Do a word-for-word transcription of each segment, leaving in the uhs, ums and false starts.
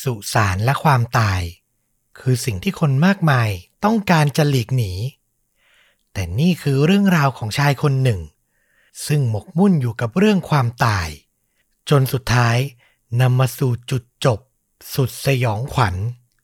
สุสานและความตายคือสิ่งที่คนมากมายต้องการจะหลีกหนีแต่นี่คือเรื่องราวของชายคนหนึ่งซึ่งหมกมุ่นอยู่กับเรื่องความตายจนสุดท้ายนำมาสู่จุดจบสุดสยองขวัญ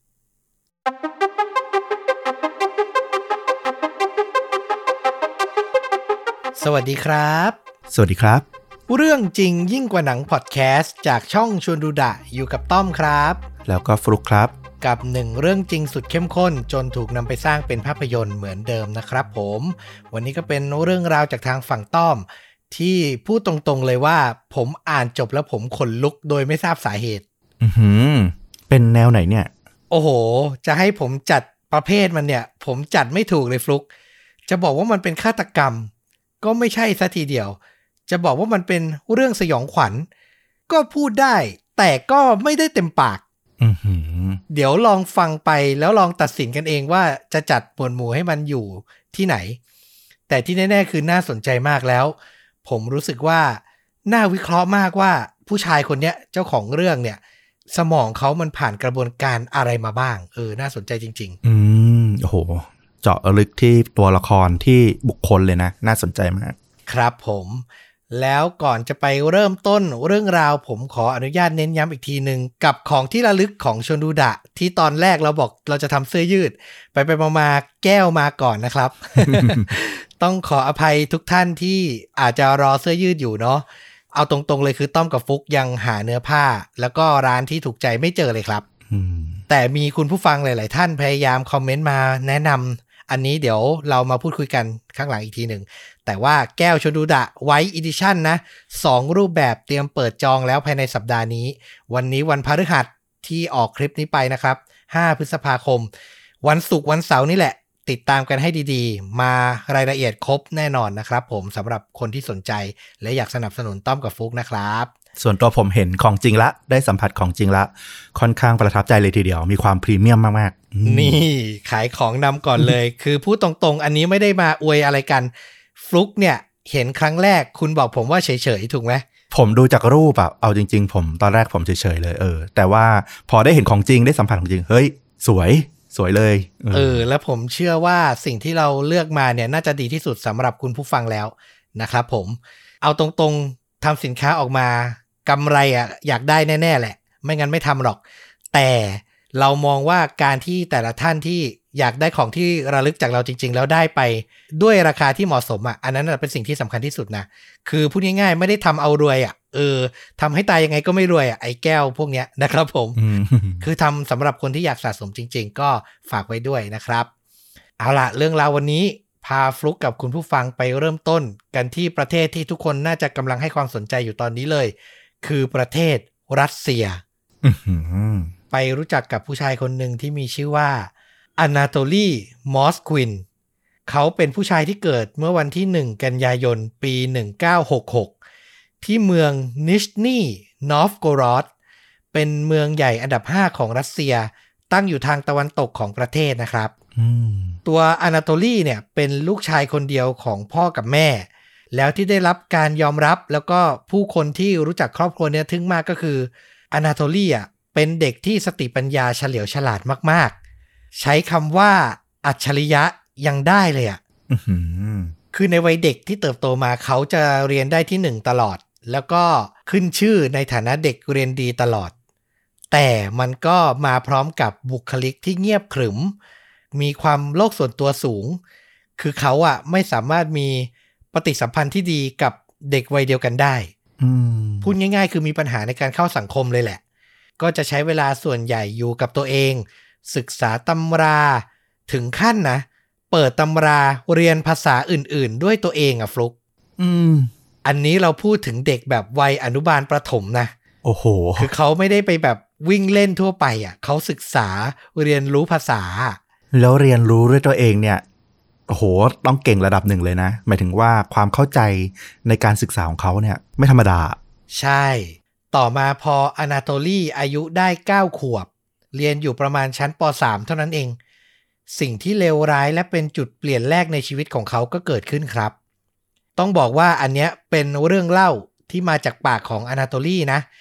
สวัสดีครับสวัสดีครับเรื่องจริงยิ่งกว่าหนังพอดแคสต์จากช่องชวนดูดะอยู่กับต้อมครับแล้วก็ฟลุกครับกับหนึ่งเรื่องจริงสุดเข้มข้นจนถูกนำไปสร้างเป็นภาพยนตร์เหมือนเดิมนะครับผมวันนี้ก็เป็นเรื่องราวจากทางฝั่งต้อมที่พูดตรงๆเลยว่าผมอ่านจบแล้วผมขนลุกโดยไม่ทราบสาเหตุอือหือเป็นแนวไหนเนี่ยโอ้โหจะให้ผมจัดประเภทมันเนี่ยผมจัดไม่ถูกเลยฟลุกจะบอกว่ามันเป็นฆาตกรรมก็ไม่ใช่ซะทีเดียวจะบอกว่ามันเป็นเรื่องสยองขวัญก็พูดได้แต่ก็ไม่ได้เต็มปากอือหือเดี๋ยวลองฟังไปแล้วลองตัดสินกันเองว่าจะจัดหมวดหมู่ให้มันอยู่ที่ไหนแต่ที่แน่ๆคือน่าสนใจมากแล้วผมรู้สึกว่าน่าวิเคราะห์มากว่าผู้ชายคนเนี้ยเจ้าของเรื่องเนี่ยสมองเขามันผ่านกระบวนการอะไรมาบ้างเออน่าสนใจจริงๆอืมโอ้โหเจาะลึกที่ตัวละครที่บุคคลเลยนะน่าสนใจมากครับผมแล้วก่อนจะไปเริ่มต้นเรื่องราวผมขออนุญาตเน้นย้ำอีกทีนึงกับของที่ระลึกของชวนดูดะที่ตอนแรกเราบอกเราจะทำเสื้อยืดไปไปมาๆแก้วมาก่อนนะครับ ต้องขออภัยทุกท่านที่อาจจะรอเสื้อยืดอยู่เนาะเอาตรงๆเลยคือต้อมกับฟุกยังหาเนื้อผ้าแล้วก็ร้านที่ถูกใจไม่เจอเลยครับแต่มีคุณผู้ฟังหลายๆท่านพยายามคอมเมนต์มาแนะนำอันนี้เดี๋ยวเรามาพูดคุยกันข้างหลังอีกทีหนึ่งแต่ว่าแก้วชวนดูดะไวท์อีดิชั่นนะสองรูปแบบเตรียมเปิดจองแล้วภายในสัปดาห์นี้วันนี้วันพฤหัสที่ออกคลิปนี้ไปนะครับห้าพฤษภาคมวันศุกร์วันเสาร์นี่แหละติดตามกันให้ดีๆมารายละเอียดครบแน่นอนนะครับผมสำหรับคนที่สนใจและอยากสนับสนุนต้อมกับฟุกนะครับส่วนตัวผมเห็นของจริงละได้สัมผัสของจริงละค่อนข้างประทับใจเลยทีเดียวมีความพรีเมียมมากๆนี่ขายของนำก่อนเลย คือพูดตรงๆอันนี้ไม่ได้มาอวยอะไรกันฟลุกเนี่ยเห็นครั้งแรกคุณบอกผมว่าเฉยๆถูกไหมผมดูจากรูปอะเอาจริงๆผมตอนแรกผมเฉยๆเลยเออแต่ว่าพอได้เห็นของจริงได้สัมผัสของจริงเฮ้ยสวยสวยเลยเออ เออแล้วผมเชื่อว่าสิ่งที่เราเลือกมาเนี่ยน่าจะดีที่สุดสำหรับคุณผู้ฟังแล้วนะครับผมเอาตรงๆทำสินค้าออกมากำไรอ่ะอยากได้แน่ๆแหละไม่งั้นไม่ทำหรอกแต่เรามองว่าการที่แต่ละท่านที่อยากได้ของที่ระลึกจากเราจริงๆแล้วได้ไปด้วยราคาที่เหมาะสมอ่ะอันนั้นเป็นสิ่งที่สำคัญที่สุดนะคือพูดง่ายๆไม่ได้ทำเอารวยอ่ะเออทำให้ตายยังไงก็ไม่รวยอ่ะไอ้แก้วพวกเนี้ยนะครับผม คือทำสำหรับคนที่อยากสะสมจริงๆก็ฝากไว้ด้วยนะครับเอาล่ะเรื่องราววันนี้พาฟลุกกับคุณผู้ฟังไปเริ่มต้นกันที่ประเทศที่ทุกคนน่าจะกำลังให้ความสนใจอยู่ตอนนี้เลยคือประเทศรัสเซียไปรู้จักกับผู้ชายคนหนึ่งที่มีชื่อว่าอนาโตลีมอสควินเขาเป็นผู้ชายที่เกิดเมื่อวันที่หนึ่งกันยายนปีหนึ่งเก้าหกหกที่เมืองนิชนีนอฟโกรอดเป็นเมืองใหญ่อันดับห้าของรัสเซียตั้งอยู่ทางตะวันตกของประเทศนะครับตัวอนาโตลีเนี่ยเป็นลูกชายคนเดียวของพ่อกับแม่แล้วที่ได้รับการยอมรับแล้วก็ผู้คนที่รู้จักครอบครัวเนี่ยทึ่งมากก็คืออนาโตลีอ่ะเป็นเด็กที่สติปัญญาเฉลียวฉลาดมากๆใช้คำว่าอัจฉริยะยังได้เลยอ่ะ คือในวัยเด็กที่เติบโตมาเขาจะเรียนได้ที่หนึ่งตลอดแล้วก็ขึ้นชื่อในฐานะเด็กเรียนดีตลอดแต่มันก็มาพร้อมกับบุคลิกที่เงียบขรึมมีความโลกส่วนตัวสูงคือเขาอ่ะไม่สามารถมีปฏิสัมพันธ์ที่ดีกับเด็กวัยเดียวกันได้พูดง่ายๆคือมีปัญหาในการเข้าสังคมเลยแหละก็จะใช้เวลาส่วนใหญ่อยู่กับตัวเองศึกษาตำราถึงขั้นนะเปิดตำราเรียนภาษาอื่นๆด้วยตัวเองอะฟลุกอืมอันนี้เราพูดถึงเด็กแบบวัยอนุบาลประถมนะโอ้โหคือเขาไม่ได้ไปแบบวิ่งเล่นทั่วไปอะเขาศึกษาเรียนรู้ภาษาแล้วเรียนรู้ด้วยตัวเองเนี่ยโอ้โหต้องเก่งระดับหนึ่งเลยนะหมายถึงว่าความเข้าใจในการศึกษาของเขาเนี่ยไม่ธรรมดาใช่ต่อมาพออนาโตลีอายุได้เก้าขวบเรียนอยู่ประมาณชั้นป สาม เท่านั้นเองสิ่งที่เลวร้ายและเป็นจุดเปลี่ยนแรกในชีวิตของเขาก็เกิดขึ้นครับต้องบอกว่าอันเนี้ยเป็นเรื่องเล่าที่มาจากปากของอนาโตลีนะ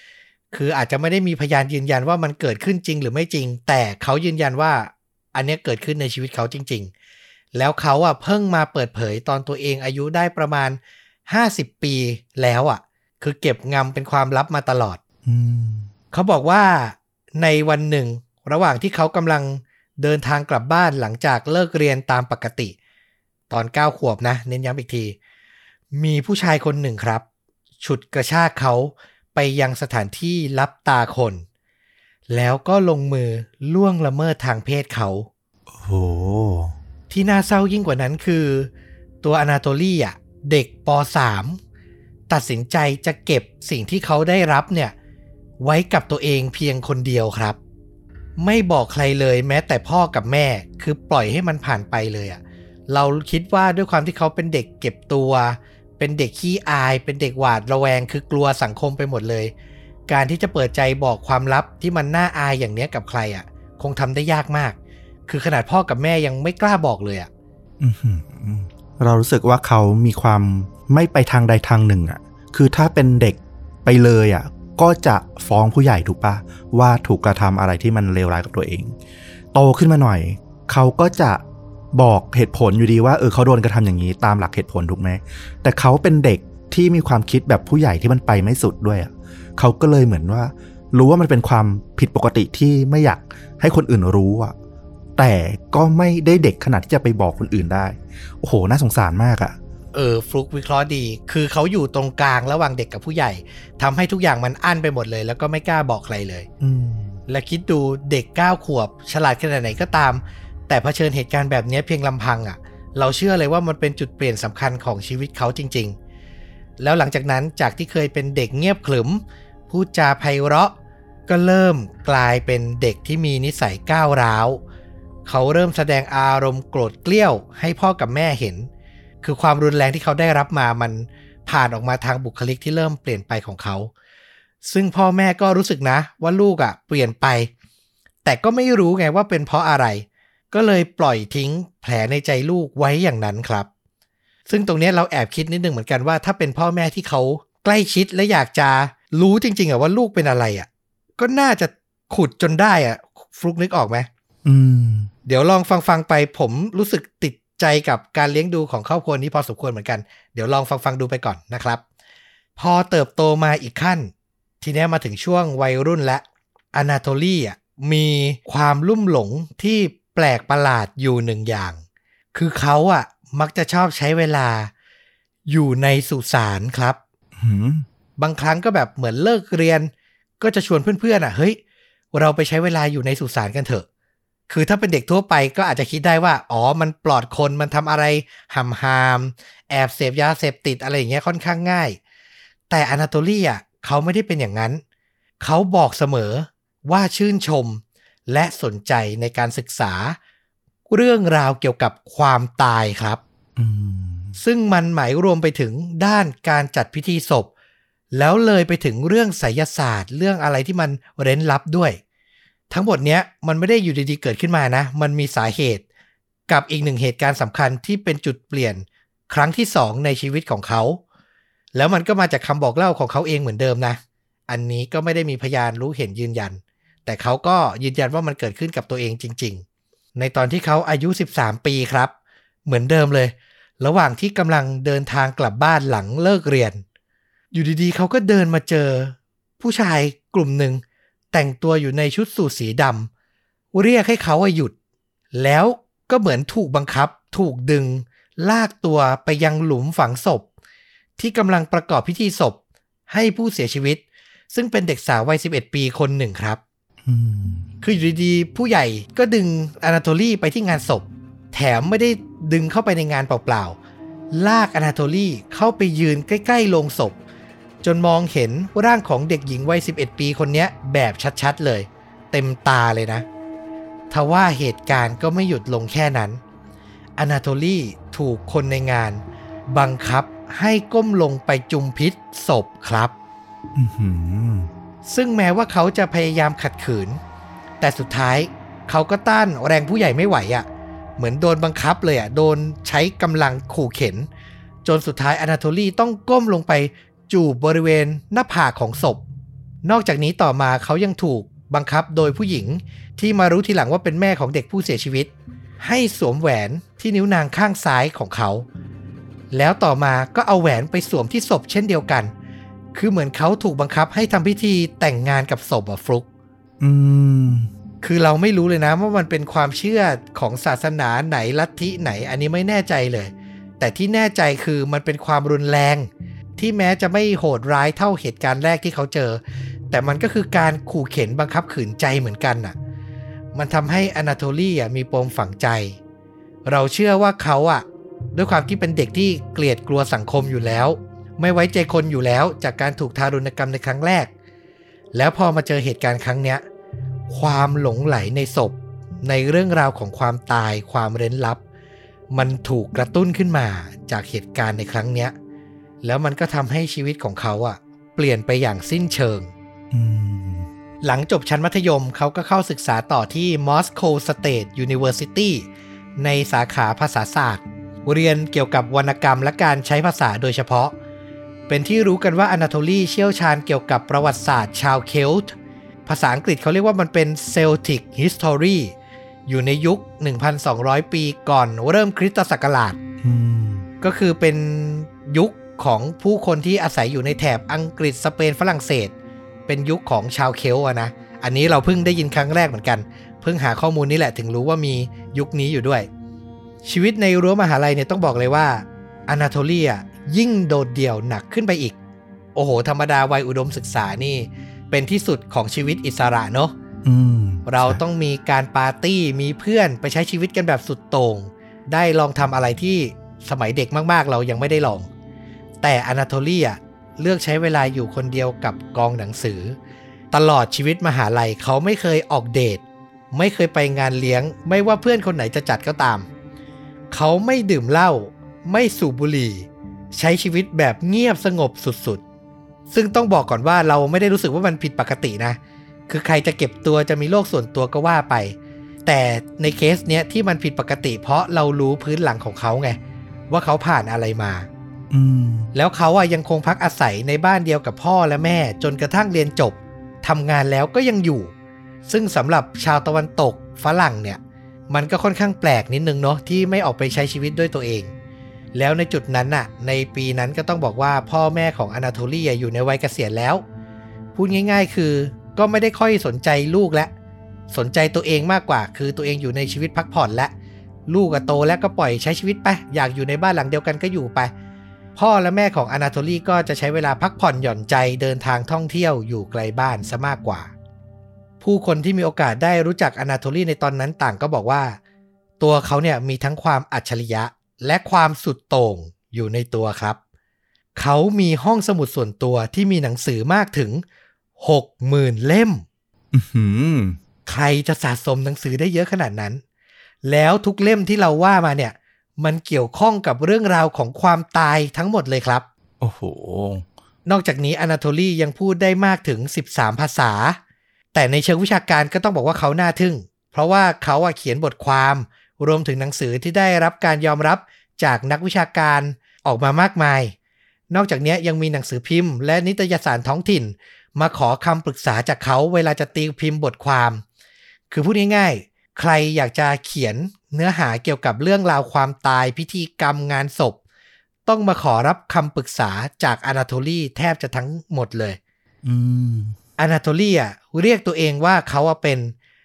คืออาจจะไม่ได้มีพยานยืนยันว่ามันเกิดขึ้นจริงหรือไม่จริงแต่เขายืนยันว่าอันนี้เกิดขึ้นในชีวิตเขาจริงๆแล้วเขาอ่ะเพิ่งมาเปิดเผยตอนตัวเองอายุได้ประมาณห้าสิบปีแล้วอ่ะคือเก็บงำเป็นความลับมาตลอด mm. เขาบอกว่าในวันหนึ่งระหว่างที่เขากำลังเดินทางกลับบ้านหลังจากเลิกเรียนตามปกติตอนเก้าขวบนะเน้นย้ำอีกทีมีผู้ชายคนหนึ่งครับฉุดกระชากเขาไปยังสถานที่ลับตาคนแล้วก็ลงมือล่วงละเมิดทางเพศเขาโอ้โหที่น่าเศร้ายิ่งกว่านั้นคือตัวอนาโตลีอ่ะเด็กป.สาม ตัดสินใจจะเก็บสิ่งที่เขาได้รับเนี่ยไว้กับตัวเองเพียงคนเดียวครับไม่บอกใครเลยแม้แต่พ่อกับแม่คือปล่อยให้มันผ่านไปเลยอ่ะเราคิดว่าด้วยความที่เขาเป็นเด็กเก็บตัวเป็นเด็กขี้อายเป็นเด็กหวาดระแวงคือกลัวสังคมไปหมดเลยการที่จะเปิดใจบอกความลับที่มันน่าอายอย่างเนี้ยกับใครอ่ะคงทำได้ยากมากคือขนาดพ่อกับแม่ยังไม่กล้าบอกเลยอ่ะเรารู้สึกว่าเขามีความไม่ไปทางใดทางหนึ่งอ่ะคือถ้าเป็นเด็กไปเลยอ่ะก็จะฟ้องผู้ใหญ่ถูกปะว่าถูกกระทำอะไรที่มันเลวร้ายกับตัวเองโตขึ้นมาหน่อยเขาก็จะบอกเหตุผลอยู่ดีว่าเออเขาโดนกระทำอย่างนี้ตามหลักเหตุผลถูกไหมแต่เขาเป็นเด็กที่มีความคิดแบบผู้ใหญ่ที่มันไปไม่สุดด้วยอ่ะเขาก็เลยเหมือนว่ารู้ว่ามันเป็นความผิดปกติที่ไม่อยากให้คนอื่นรู้อ่ะแต่ก็ไม่ได้เด็กขนาดที่จะไปบอกคนอื่นได้โอ้โหน่าสงสารมากอ่ะเออฟลุกวิเคราะห์ดีคือเขาอยู่ตรงกลางระหว่างเด็กกับผู้ใหญ่ทำให้ทุกอย่างมันอั้นไปหมดเลยแล้วก็ไม่กล้าบอกใครเลยและคิดดูเด็กเก้าขวบฉลาดขนาดไหนก็ตามแต่เผชิญเหตุการณ์แบบนี้เพียงลำพังอ่ะเราเชื่อเลยว่ามันเป็นจุดเปลี่ยนสำคัญของชีวิตเขาจริงๆแล้วหลังจากนั้นจากที่เคยเป็นเด็กเงียบขรึมพูดจาไพเราะก็เริ่มกลายเป็นเด็กที่มีนิสัยก้าวร้าวเขาเริ่มแสดงอารมณ์โกรธเกลี้ยวให้พ่อกับแม่เห็นคือความรุนแรงที่เขาได้รับมามันผ่านออกมาทางบุคลิกที่เริ่มเปลี่ยนไปของเขาซึ่งพ่อแม่ก็รู้สึกนะว่าลูกอ่ะเปลี่ยนไปแต่ก็ไม่รู้ไงว่าเป็นเพราะอะไรก็เลยปล่อยทิ้งแผลในใจลูกไว้อย่างนั้นครับซึ่งตรงนี้เราแอบคิดนิดนึงเหมือนกันว่าถ้าเป็นพ่อแม่ที่เขาใกล้ชิดและอยากจะรู้จริงๆอ่ะว่าลูกเป็นอะไรอ่ะก็น่าจะขุดจนได้อ่ะฟลุกนึกออกไหมอืมเดี๋ยวลองฟังๆไปผมรู้สึกติดใจกับการเลี้ยงดูของครอบครัวนี้พอสมควรเหมือนกันเดี๋ยวลองฟังๆดูไปก่อนนะครับพอเติบโตมาอีกขั้นทีนี้มาถึงช่วงวัยรุ่นและอนาโตลีอ่ะมีความลุ่มหลงที่แปลกประหลาดอยู่หนึ่งอย่างคือเขาอ่ะมักจะชอบใช้เวลาอยู่ในสุสานครับ hmm. บางครั้งก็แบบเหมือนเลิกเรียนก็จะชวนเพื่อนๆอ่ะเฮ้ยเราไปใช้เวลาอยู่ในสุสานกันเถอะคือถ้าเป็นเด็กทั่วไปก็อาจจะคิดได้ว่าอ๋อมันปลอดคนมันทำอะไรห่ำหามแอบเสพยาเสพติดอะไรอย่างเงี้ยค่อนข้างง่ายแต่อนาโตลีอ่ะเขาไม่ได้เป็นอย่างนั้นเขาบอกเสมอว่าชื่นชมและสนใจในการศึกษาเรื่องราวเกี่ยวกับความตายครับ mm. ซึ่งมันหมายรวมไปถึงด้านการจัดพิธีศพแล้วเลยไปถึงเรื่องไสยศาสตร์เรื่องอะไรที่มันเร้นลับด้วยทั้งหมดเนี้ยมันไม่ได้อยู่ดีๆเกิดขึ้นมานะมันมีสาเหตุกับอีกหนึ่งเหตุการณ์สำคัญที่เป็นจุดเปลี่ยนครั้งที่สองในชีวิตของเขาแล้วมันก็มาจากคำบอกเล่าของเขาเองเหมือนเดิมนะอันนี้ก็ไม่ได้มีพยานรู้เห็นยืนยันแต่เขาก็ยืนยันว่ามันเกิดขึ้นกับตัวเองจริงๆในตอนที่เขาอายุสิบสามปีครับเหมือนเดิมเลยระหว่างที่กำลังเดินทางกลับบ้านหลังเลิกเรียนอยู่ดีๆเขาก็เดินมาเจอผู้ชายกลุ่มหนึ่งแต่งตัวอยู่ในชุดสูทสีดำเรียกให้เขาหยุดแล้วก็เหมือนถูกบังคับถูกดึงลากตัวไปยังหลุมฝังศพที่กำลังประกอบพิธีศพให้ผู้เสียชีวิตซึ่งเป็นเด็กสาววัยสิบเอ็ดปีคนหนึ่งครับ hmm. คืออยู่ดีๆผู้ใหญ่ก็ดึงอนาโตลีไปที่งานศพแถมไม่ได้ดึงเข้าไปในงานเปล่าๆลากอนาโตลีเข้าไปยืนใกล้ๆโลงศพจนมองเห็นร่างของเด็กหญิงวัยสิบเอ็ดปีคนนี้แบบชัดๆเลยเต็มตาเลยนะทว่าเหตุการณ์ก็ไม่หยุดลงแค่นั้นอนาโตลีถูกคนในงานบังคับให้ก้มลงไปจุ่มพิษศพครับ mm-hmm. ซึ่งแม้ว่าเขาจะพยายามขัดขืนแต่สุดท้ายเขาก็ต้านแรงผู้ใหญ่ไม่ไหวอ่ะเหมือนโดนบังคับเลยอ่ะโดนใช้กำลังขู่เข็นจนสุดท้ายอนาโตลีต้องก้มลงไปจูบบริเวณหน้าผากของศพนอกจากนี้ต่อมาเขายังถูกบังคับโดยผู้หญิงที่มารู้ทีหลังว่าเป็นแม่ของเด็กผู้เสียชีวิตให้สวมแหวนที่นิ้วนางข้างซ้ายของเขาแล้วต่อมาก็เอาแหวนไปสวมที่ศพเช่นเดียวกันคือเหมือนเขาถูกบังคับให้ทำพิธีแต่งงานกับศพอะฟลุกอืมคือเราไม่รู้เลยนะว่ามันเป็นความเชื่อของศาสนาไหนลัทธิไหนอันนี้ไม่แน่ใจเลยแต่ที่แน่ใจคือมันเป็นความรุนแรงที่แม้จะไม่โหดร้ายเท่าเหตุการณ์แรกที่เขาเจอแต่มันก็คือการขู่เข็นบังคับขืนใจเหมือนกันน่ะมันทำให้อนาโทลีอ่ะมีปมฝังใจเราเชื่อว่าเขาอ่ะด้วยความที่เป็นเด็กที่เกลียดกลัวสังคมอยู่แล้วไม่ไว้ใจคนอยู่แล้วจากการถูกทารุณกรรมในครั้งแรกแล้วพอมาเจอเหตุการณ์ครั้งเนี้ยความหลงไหลในศพในเรื่องราวของความตายความเร้นลับมันถูกกระตุ้นขึ้นมาจากเหตุการณ์ในครั้งเนี้ยแล้วมันก็ทำให้ชีวิตของเขาอ่ะเปลี่ยนไปอย่างสิ้นเชิงหลังจบชั้นมัธยมเขาก็เข้าศึกษาต่อที่ Moscow State University ในสาขาภาษาศาสตร์เรียนเกี่ยวกับวรรณกรรมและการใช้ภาษาโดยเฉพาะเป็นที่รู้กันว่าอนาโทลีเชี่ยวชาญเกี่ยวกับประวัติศาสตร์ชาวเคลต์ภาษาอังกฤษเขาเรียกว่ามันเป็น Celtic History อยู่ในยุค หนึ่งพันสองร้อย ปีก่อนเริ่มคริสตศักราชก็คือเป็นยุคของผู้คนที่อาศัยอยู่ในแถบอังกฤษสเปนฝรั่งเศสเป็นยุคของชาวเคลต์อะนะอันนี้เราเพิ่งได้ยินครั้งแรกเหมือนกันเพิ่งหาข้อมูลนี้แหละถึงรู้ว่ามียุคนี้อยู่ด้วยชีวิตในรั้วมหาลัยเนี่ยต้องบอกเลยว่าอนาโทลีอ่ะยิ่งโดดเดี่ยวหนักขึ้นไปอีกโอ้โหธรรมดาวัยอุดมศึกษานี่เป็นที่สุดของชีวิตอิสระเนาะเราต้องมีการปาร์ตี้มีเพื่อนไปใช้ชีวิตกันแบบสุดโต่งได้ลองทำอะไรที่สมัยเด็กมากๆเรายังไม่ได้ลองแต่อนาโทลีอ่ะเลือกใช้เวลาอยู่คนเดียวกับกองหนังสือตลอดชีวิตมหาลัยเขาไม่เคยออกเดทไม่เคยไปงานเลี้ยงไม่ว่าเพื่อนคนไหนจะจัดก็ตามเขาไม่ดื่มเหล้าไม่สูบบุหรี่ใช้ชีวิตแบบเงียบสงบสุดๆซึ่งต้องบอกก่อนว่าเราไม่ได้รู้สึกว่ามันผิดปกตินะคือใครจะเก็บตัวจะมีโลกส่วนตัวก็ว่าไปแต่ในเคสเนี้ยที่มันผิดปกติเพราะเรารู้พื้นหลังของเขาไงว่าเขาผ่านอะไรมาแล้วเขาอ่ะยังคงพักอาศัยในบ้านเดียวกับพ่อและแม่จนกระทั่งเรียนจบทำงานแล้วก็ยังอยู่ซึ่งสำหรับชาวตะวันตกฝรั่งเนี่ยมันก็ค่อนข้างแปลกนิดนึงเนาะที่ไม่ออกไปใช้ชีวิตด้วยตัวเองแล้วในจุดนั้นน่ะในปีนั้นก็ต้องบอกว่าพ่อแม่ของอนาโทลีอยู่ในวัยเกษียณแล้วพูดง่ายๆคือก็ไม่ได้ค่อยสนใจลูกและสนใจตัวเองมากกว่าคือตัวเองอยู่ในชีวิตพักผ่อนและลูกก็โตแล้วก็ปล่อยใช้ชีวิตไปอยากอยู่ในบ้านหลังเดียวกันก็อยู่ไปพ่อและแม่ของอนาโทลีก็จะใช้เวลาพักผ่อนหย่อนใจเดินทางท่องเที่ยวอยู่ไกลบ้านซะมากกว่าผู้คนที่มีโอกาสได้รู้จักอนาโทลีในตอนนั้นต่างก็บอกว่าตัวเขาเนี่ยมีทั้งความอัจฉริยะและความสุดโต่งอยู่ในตัวครับเขามีห้องสมุดส่วนตัวที่มีหนังสือมากถึง หกหมื่น เล่มใครจะสะสมหนังสือได้เยอะขนาดนั้นแล้วทุกเล่มที่เราว่ามาเนี่ยมันเกี่ยวข้องกับเรื่องราวของความตายทั้งหมดเลยครับโอ้โหนอกจากนี้อนาโทลียังพูดได้มากถึงสิบสามภาษาแต่ในเชิงวิชาการก็ต้องบอกว่าเขาน่าทึ่งเพราะว่าเขาเขียนบทความรวมถึงหนังสือที่ได้รับการยอมรับจากนักวิชาการออกมามากมายนอกจากนี้ยังมีหนังสือพิมพ์และนิตยสารท้องถิ่นมาขอคำปรึกษาจากเขาเวลาจะตีพิมพ์บทความคือพูดง่ายๆใครอยากจะเขียนเนื้อหาเกี่ยวกับเรื่องราวความตายพิธีกรรมงานศพต้องมาขอรับคำปรึกษาจากอนาโทลีแทบจะทั้งหมดเลยอืมอนาโทลีอ่ะเรียกตัวเองว่าเขาเป็น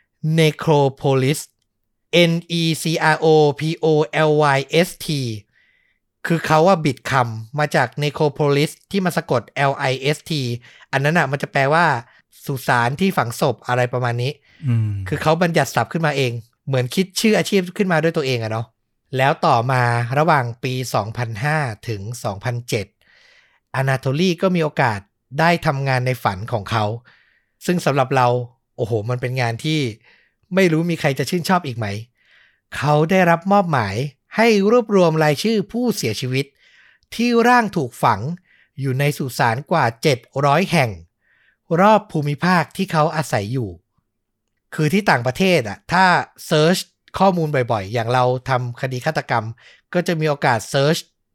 necropolis N E C R O P O L Y S T คือเขาว่าบิดคำมาจาก necropolis ที่มันสะกด L I S T อันนั้นอ่ะมันจะแปลว่าสุสานที่ฝังศพอะไรประมาณนี้คือเขาบัญญัติศัพท์ขึ้นมาเองเหมือนคิดชื่ออาชีพขึ้นมาด้วยตัวเองอะเนาะแล้วต่อมาระหว่างปีสองพันห้าถึงสองพันเจ็ดอนาโทลีก็มีโอกาสได้ทำงานในฝันของเขาซึ่งสำหรับเราโอ้โหมันเป็นงานที่ไม่รู้มีใครจะชื่นชอบอีกไหมเขาได้รับมอบหมายให้รวบรวมรายชื่อผู้เสียชีวิตที่ร่างถูกฝังอยู่ในสุสานกว่าเจ็ดร้อยแห่งรอบภูมิภาคที่เขาอาศัยอยู่คือที่ต่างประเทศอ่ะถ้าเซิร์ชข้อมูลบ่อยๆอย่างเราทำคดีฆาตกรรมก็จะมีโอกาสเซิร์ช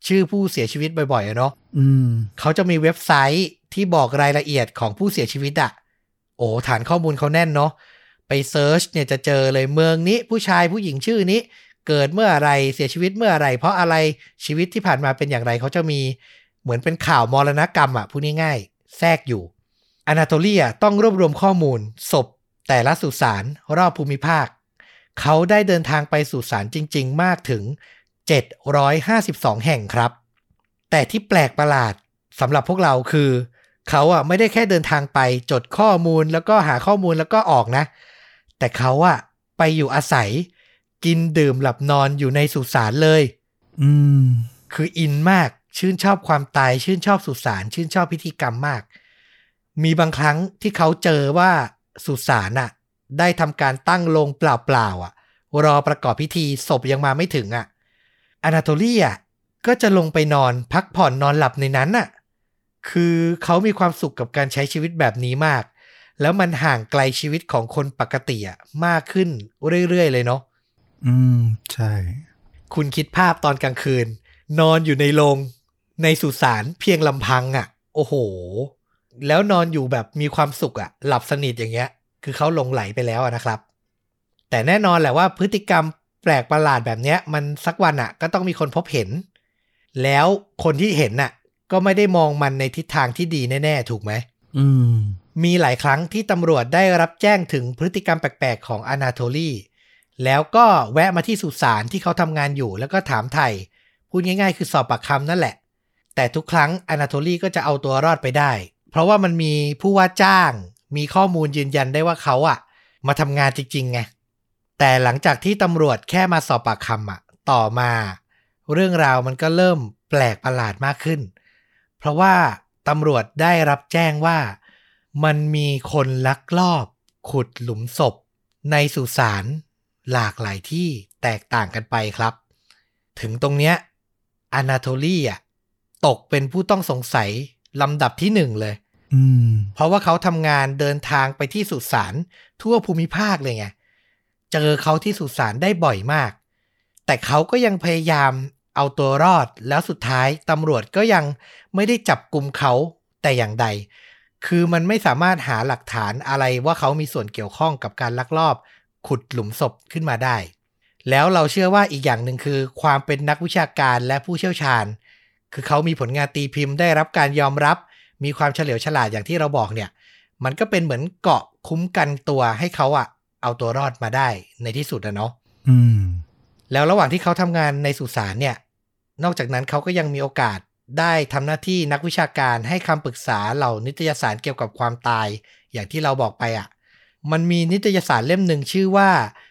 ชื่อผู้เสียชีวิตบ่อยๆเนาะอืมเขาจะมีเว็บไซต์ที่บอกรายละเอียดของผู้เสียชีวิตอะโอ้ฐานข้อมูลเขาแน่นเนาะไปเซิร์ชเนี่ยจะเจอเลยเมืองนี้ผู้ชายผู้หญิงชื่อนี้เกิดเมื่ออะไรเสียชีวิตเมื่ออะไรเพราะอะไรชีวิตที่ผ่านมาเป็นอย่างไรเขาจะมีเหมือนเป็นข่าวมรณกรรมอะพูดง่ายๆแทรกอยู่อนาโตเลียต้องรวบรวมข้อมูลศพแต่ละสุสานรอบภูมิภาคเขาได้เดินทางไปสุสานจริงๆมากถึงเจ็ดร้อยห้าสิบสองแห่งครับแต่ที่แปลกประหลาดสำหรับพวกเราคือเขาอ่ะไม่ได้แค่เดินทางไปจดข้อมูลแล้วก็หาข้อมูลแล้วก็ออกนะแต่เขาอ่ะไปอยู่อาศัยกินดื่มหลับนอนอยู่ในสุสานเลยอืมคืออินมากชื่นชอบความตายชื่นชอบสุสานชื่นชอบพิธีกรรมมากมีบางครั้งที่เขาเจอว่าสุสานอ่ะได้ทำการตั้งโลงเปล่าๆอ่ะรอประกอบพิธีศพยังมาไม่ถึงอ่ะอนาโตเลียก็จะลงไปนอนพักผ่อนนอนหลับในนั้นน่ะคือเขามีความสุขกับการใช้ชีวิตแบบนี้มากแล้วมันห่างไกลชีวิตของคนปกติอ่ะมากขึ้นเรื่อยๆเลยเนาะอืมใช่คุณคิดภาพตอนกลางคืนนอนอยู่ในโรงในสุสานเพียงลำพังอ่ะโอ้โหแล้วนอนอยู่แบบมีความสุขอ่ะหลับสนิทอย่างเงี้ยคือเขาหลงไหลไปแล้วนะครับแต่แน่นอนแหละว่าพฤติกรรมแปลกประหลาดแบบเนี้ยมันสักวันอ่ะก็ต้องมีคนพบเห็นแล้วคนที่เห็นน่ะก็ไม่ได้มองมันในทิศทางที่ดีแน่ๆถูกไหมอืมมีหลายครั้งที่ตำรวจได้รับแจ้งถึงพฤติกรรมแปลกๆของอนาโทลีแล้วก็แวะมาที่สุสานที่เขาทำงานอยู่แล้วก็ถามไถ่พูดง่ายๆคือสอบปากคำนั่นแหละแต่ทุกครั้งอนาโทลีก็จะเอาตัวรอดไปได้เพราะว่ามันมีผู้ว่าจ้างมีข้อมูลยืนยันได้ว่าเขาอะมาทำงานจริงๆไงแต่หลังจากที่ตำรวจแค่มาสอบปากคำอะต่อมาเรื่องราวมันก็เริ่มแปลกประหลาดมากขึ้นเพราะว่าตำรวจได้รับแจ้งว่ามันมีคนลักลอบขุดหลุมศพในสุสานหลากหลายที่แตกต่างกันไปครับถึงตรงเนี้ยอนาโทลีอ่ะตกเป็นผู้ต้องสงสัยลำดับที่หนึ่งเลยอืมเพราะว่าเขาทำงานเดินทางไปที่สุสานทั่วภูมิภาคเลยไงเจอเขาที่สุสานได้บ่อยมากแต่เขาก็ยังพยายามเอาตัวรอดแล้วสุดท้ายตำรวจก็ยังไม่ได้จับกุมเขาแต่อย่างใดคือมันไม่สามารถหาหลักฐานอะไรว่าเขามีส่วนเกี่ยวข้องกับการลักลอบขุดหลุมศพขึ้นมาได้แล้วเราเชื่อว่าอีกอย่างหนึ่งคือความเป็นนักวิชาการและผู้เชี่ยวชาญคือเขามีผลงานตีพิมพ์ได้รับการยอมรับมีความเฉลียวฉลาดอย่างที่เราบอกเนี่ยมันก็เป็นเหมือนเกราะคุ้มกันตัวให้เขาอะเอาตัวรอดมาได้ในที่สุดอะเนาะอืมแล้วระหว่างที่เขาทำงานในสุสานเนี่ยนอกจากนั้นเขาก็ยังมีโอกาสได้ทำหน้าที่นักวิชาการให้คำปรึกษาเหล่านิตยสารเกี่ยวกับความตายอย่างที่เราบอกไปอ่ะมันมีนิตยสารเล่มหนึ่งชื่อว่า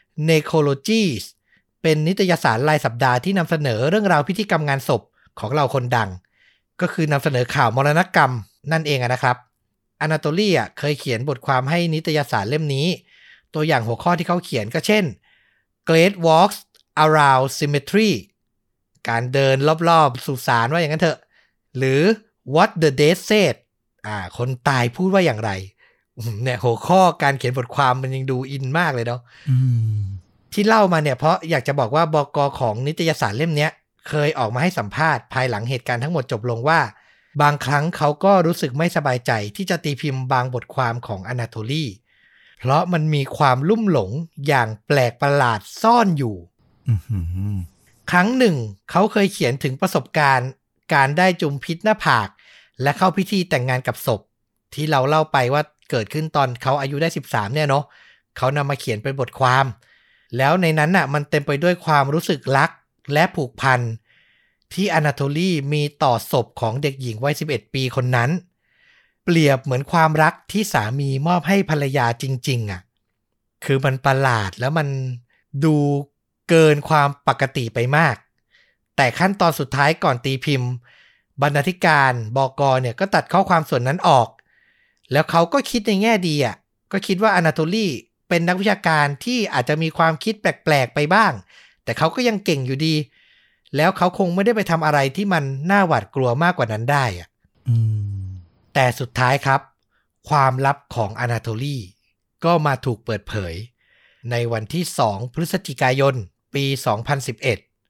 Necrologies เป็นนิตยสารรายสัปดาห์ที่นำเสนอเรื่องราวพิธีกรรมงานศพของเราคนดังก็คือนำเสนอข่าวมรณกรรมนั่นเองนะครับอนาโตลีอ่ะเคยเขียนบทความให้นิตยสารเล่มนี้ตัวอย่างหัวข้อที่เขาเขียนก็เช่น Great Walks Around Cemetery การเดินรอบๆสุสานว่าอย่างนั้นเถอะหรือ What the Dead Said อ่าคนตายพูดว่าอย่างไรเนี่ยหัวข้อการเขียนบทความมันยังดูอินมากเลยเนาะที่เล่ามาเนี่ยเพราะอยากจะบอกว่าบก.ของนิตยสารเล่มนี้เคยออกมาให้สัมภาษณ์ภายหลังเหตุการณ์ทั้งหมดจบลงว่าบางครั้งเขาก็รู้สึกไม่สบายใจที่จะตีพิมพ์บางบทความของอนาโทลีเพราะมันมีความลุ่มหลงอย่างแปลกประหลาดซ่อนอยู่ครั้งหนึ่งเขาเคยเขียนถึงประสบการณ์การได้จุมพิษหน้าผากและเข้าพิธีแต่งงานกับศพที่เราเล่าไปว่าเกิดขึ้นตอนเขาอายุได้สิบสามเนี่ยเนาะเขานำมาเขียนเป็นบทความแล้วในนั้นน่ะมันเต็มไปด้วยความรู้สึกรักและผูกพันที่อนาโทลีมีต่อศพของเด็กหญิงวัยสิบเอ็ดปีคนนั้นเปรียบเหมือนความรักที่สามีมอบให้ภรรยาจริงๆอ่ะคือมันประหลาดแล้วมันดูเกินความปกติไปมากแต่ขั้นตอนสุดท้ายก่อนตีพิมพ์บรรณาธิการบก.เนี่ยก็ตัดข้อความส่วนนั้นออกแล้วเขาก็คิดในแง่ดีอ่ะก็คิดว่าอนาโทลีเป็นนักวิชาการที่อาจจะมีความคิดแปลกๆไปบ้างแต่เขาก็ยังเก่งอยู่ดีแล้วเขาคงไม่ได้ไปทำอะไรที่มันน่าหวาดกลัวมากกว่านั้นได้อ่ะแต่สุดท้ายครับความลับของอนาโทลีก็มาถูกเปิดเผยในวันที่สองพฤศจิกายนปีสองพันสิบเอ็ด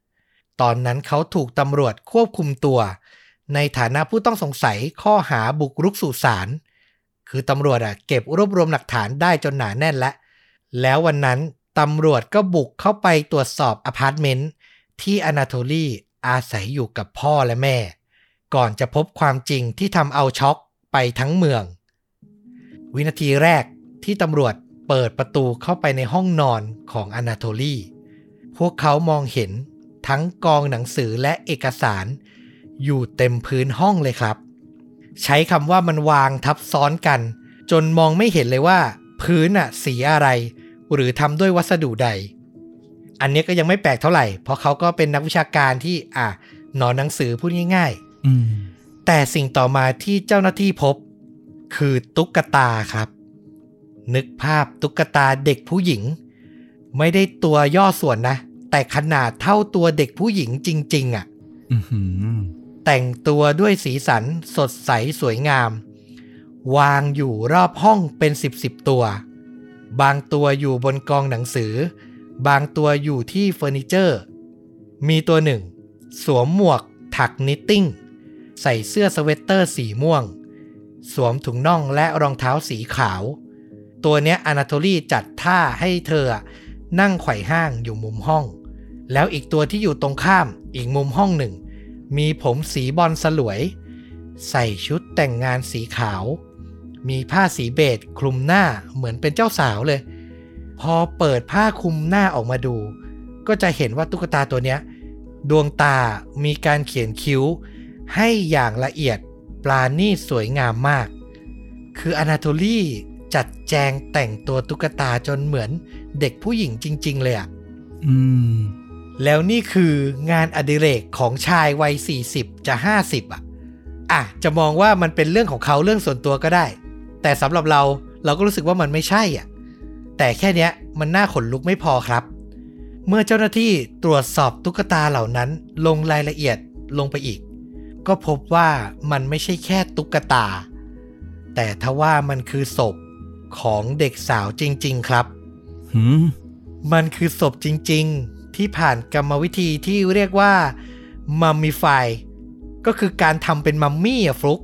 ตอนนั้นเขาถูกตำรวจควบคุมตัวในฐานะผู้ต้องสงสัยข้อหาบุกรุกสุสานคือตำรวจอ่ะเก็บรวบรวมหลักฐานได้จนหนาแน่นแล้วแล้ววันนั้นตำรวจก็บุกเข้าไปตรวจสอบอพาร์ตเมนต์ที่อนาโทลีอาศัยอยู่กับพ่อและแม่ก่อนจะพบความจริงที่ทำเอาช็อกไปทั้งเมืองวินาทีแรกที่ตำรวจเปิดประตูเข้าไปในห้องนอนของอนาโทลีพวกเขามองเห็นทั้งกองหนังสือและเอกสารอยู่เต็มพื้นห้องเลยครับใช้คำว่ามันวางทับซ้อนกันจนมองไม่เห็นเลยว่าพื้นอะสีอะไรหรือทำด้วยวัสดุใดอันนี้ก็ยังไม่แปลกเท่าไหร่เพราะเขาก็เป็นนักวิชาการที่อ่ะหนอนหนังสือพูดง่ายๆอืมแต่สิ่งต่อมาที่เจ้าหน้าที่พบคือตุ๊กตาครับนึกภาพตุ๊กตาเด็กผู้หญิงไม่ได้ตัวย่อส่วนนะแต่ขนาดเท่าตัวเด็กผู้หญิงจริงๆอ่ะแต่งตัวด้วยสีสันสดใสสวยงามวางอยู่รอบห้องเป็นสิบสิบตัวบางตัวอยู่บนกองหนังสือบางตัวอยู่ที่เฟอร์นิเจอร์มีตัวหนึ่งสวมหมวกถักนิตติ้งใส่เสื้อสเวตเตอร์สีม่วงสวมถุงน่องและรองเท้าสีขาวตัวเนี้ยอนาโทลีจัดท่าให้เธอนั่งไขว่ห้างอยู่มุมห้องแล้วอีกตัวที่อยู่ตรงข้ามอีกมุมห้องหนึ่งมีผมสีบอลสลวยใส่ชุดแต่งงานสีขาวมีผ้าสีเบจคลุมหน้าเหมือนเป็นเจ้าสาวเลยพอเปิดผ้าคลุมหน้าออกมาดูก็จะเห็นว่าตุ๊กตาตัวเนี้ยดวงตามีการเขียนคิ้วให้อย่างละเอียดปราณีตสวยงามมากคืออนาโทลีจัดแจงแต่งตัวตุ๊กตาจนเหมือนเด็กผู้หญิงจริงๆเลยอ่ะอืมแล้วนี่คืองานอดิเรกของชายวัยสี่สิบจะห้าสิบอ่ะอ่ะจะมองว่ามันเป็นเรื่องของเขาเรื่องส่วนตัวก็ได้แต่สำหรับเราเราก็รู้สึกว่ามันไม่ใช่อ่ะแต่แค่เนี้ยมันน่าขนลุกไม่พอครับเมื่อเจ้าหน้าที่ตรวจสอบตุ๊กตาเหล่านั้นลงรายละเอียดลงไปอีกก็พบว่ามันไม่ใช่แค่ตุ๊กตาแต่ทว่ามันคือศพของเด็กสาวจริงๆครับ hmm? มันคือศพจริงๆที่ผ่านกรรมวิธีที่เรียกว่ามัมมิฟายก็คือการทำเป็นมัมมี่อะฟลุก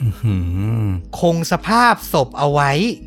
hmm. คงสภาพศพเอาไว้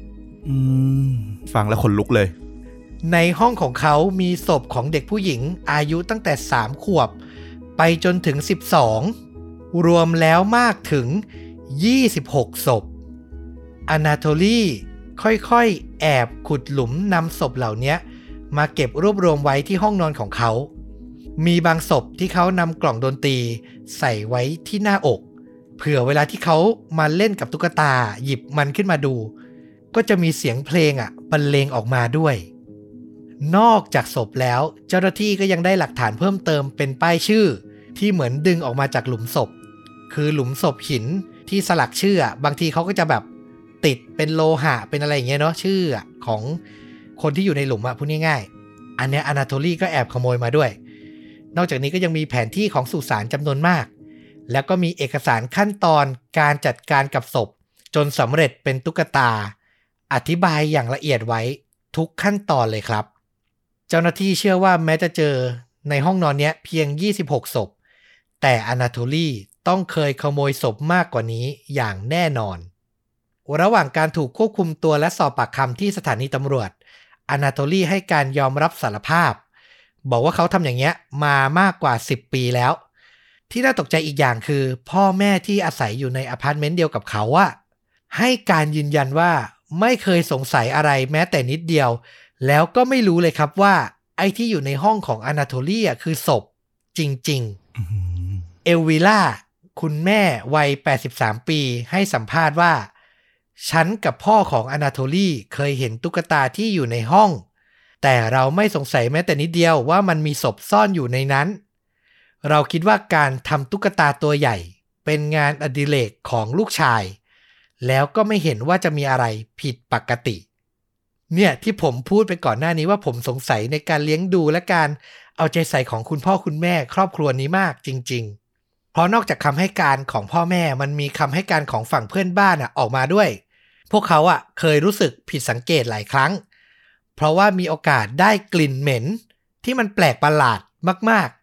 hmm. ฟังแล้วขนลุกเลยในห้องของเขามีศพของเด็กผู้หญิงอายุตั้งแต่สามขวบไปจนถึงสิบสองรวมแล้วมากถึงยี่สิบหกศพอนาโทลีค่อยๆแอบขุดหลุมนำศพเหล่านี้มาเก็บรวบรวมไว้ที่ห้องนอนของเขามีบางศพที่เขานำกล่องดนตรีใส่ไว้ที่หน้าอกเผื่อเวลาที่เขามาเล่นกับตุ๊กตาหยิบมันขึ้นมาดูก็จะมีเสียงเพลงอ่ะบรรเลงออกมาด้วยนอกจากศพแล้วเจ้าหน้าที่ก็ยังได้หลักฐานเพิ่มเติมเป็นป้ายชื่อที่เหมือนดึงออกมาจากหลุมศพคือหลุมศพหินที่สลักชื่อบางทีเขาก็จะแบบติดเป็นโลหะเป็นอะไรอย่างเงี้ยเนาะชื่อของคนที่อยู่ในหลุมอะพูดง่ายๆอันเนี้ยอนาโทลีก็แอบขโมยมาด้วยนอกจากนี้ก็ยังมีแผนที่ของสุสานจำนวนมากแล้วก็มีเอกสารขั้นตอนการจัดการกับศพจนสำเร็จเป็นตุ๊กตาอธิบายอย่างละเอียดไว้ทุกขั้นตอนเลยครับเจ้าหน้าที่เชื่อว่าแม้จะเจอในห้องนอนเนี้ยเพียงยี่สิบหกศพแต่อนาโทลีต้องเคยขโมยศพมากกว่านี้อย่างแน่นอนระหว่างการถูกควบคุมตัวและสอบปากคำที่สถานีตำรวจอนาโทลีให้การยอมรับสารภาพบอกว่าเขาทำอย่างเงี้ยมามากกว่าสิบปีแล้วที่น่าตกใจอีกอย่างคือพ่อแม่ที่อาศัยอยู่ในอพาร์ตเมนต์เดียวกับเขาอะให้การยืนยันว่าไม่เคยสงสัยอะไรแม้แต่นิดเดียวแล้วก็ไม่รู้เลยครับว่าไอ้ที่อยู่ในห้องของอนาโทลีอ่ะคือศพจริงๆเอลวิล่าคุณแม่วัยแปดสิบสามปีให้สัมภาษณ์ว่าฉันกับพ่อของอนาโทลีเคยเห็นตุ๊กตาที่อยู่ในห้องแต่เราไม่สงสัยแม้แต่นิดเดียวว่ามันมีศพซ่อนอยู่ในนั้นเราคิดว่าการทำตุ๊กตาตัวใหญ่เป็นงานอดิเรกของลูกชายแล้วก็ไม่เห็นว่าจะมีอะไรผิดปกติเนี่ยที่ผมพูดไปก่อนหน้านี้ว่าผมสงสัยในการเลี้ยงดูและการเอาใจใส่ของคุณพ่อคุณแม่ครอบครัวนี้มากจริงๆเพราะนอกจากคำให้การของพ่อแม่มันมีคำให้การของฝั่งเพื่อนบ้านอ่ะออกมาด้วยพวกเขาอ่ะเคยรู้สึกผิดสังเกตหลายครั้งเพราะว่ามีโอกาสได้กลิ่นเหม็นที่มันแปลกประหลาดมาก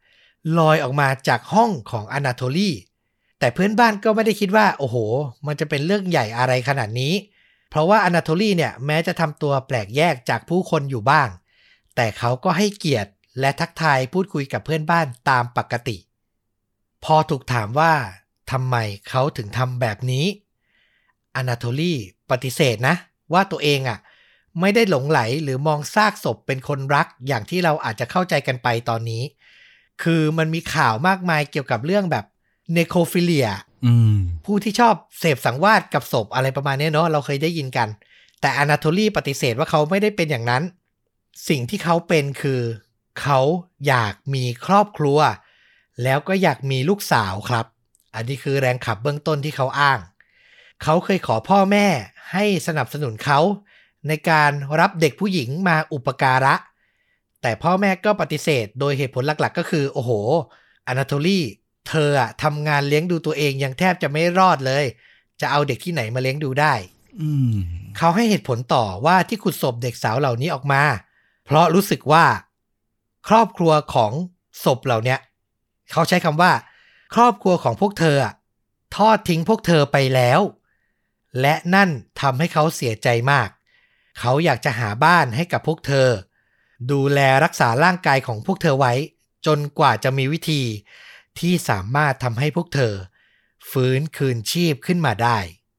ลอยออกมาจากห้องของอนาโทลีแต่เพื่อนบ้านก็ไม่ได้คิดว่าโอ้โหมันจะเป็นเรื่องใหญ่อะไรขนาดนี้เพราะว่าอนาโทลีเนี่ยแม้จะทำตัวแปลกแยกจากผู้คนอยู่บ้างแต่เขาก็ให้เกียรติและทักทายพูดคุยกับเพื่อนบ้านตามปกติพอถูกถามว่าทำไมเขาถึงทำแบบนี้อนาโทลีปฏิเสธนะว่าตัวเองอ่ะไม่ได้หลงไหลหรือมองซากศพเป็นคนรักอย่างที่เราอาจจะเข้าใจกันไปตอนนี้คือมันมีข่าวมากมายเกี่ยวกับเรื่องแบบเนโครฟิเลียผู้ที่ชอบเสพสังวาสกับศพอะไรประมาณนี้เนาะเราเคยได้ยินกันแต่อนาโทลีปฏิเสธว่าเขาไม่ได้เป็นอย่างนั้นสิ่งที่เขาเป็นคือเขาอยากมีครอบครัวแล้วก็อยากมีลูกสาวครับอันนี้คือแรงขับเบื้องต้นที่เขาอ้างเขาเคยขอพ่อแม่ให้สนับสนุนเขาในการรับเด็กผู้หญิงมาอุปการะแต่พ่อแม่ก็ปฏิเสธโดยเหตุผลหลักๆก็คือโอ้โหอนาโทลีเธออะทำงานเลี้ยงดูตัวเองยังแทบจะไม่รอดเลยจะเอาเด็กที่ไหนมาเลี้ยงดูได้เขาให้เหตุผลต่อว่าที่ขุดศพเด็กสาวเหล่านี้ออกมาเพราะรู้สึกว่าครอบครัวของศพเหล่านี้เขาใช้คำว่าครอบครัวของพวกเธอทอดทิ้งพวกเธอไปแล้วและนั่นทำให้เขาเสียใจมากเขาอยากจะหาบ้านให้กับพวกเธอดูแลรักษาร่างกายของพวกเธอไว้จนกว่าจะมีวิธีที่สามารถทำให้พวกเธอฟื้นคืนชีพขึ้นมาได้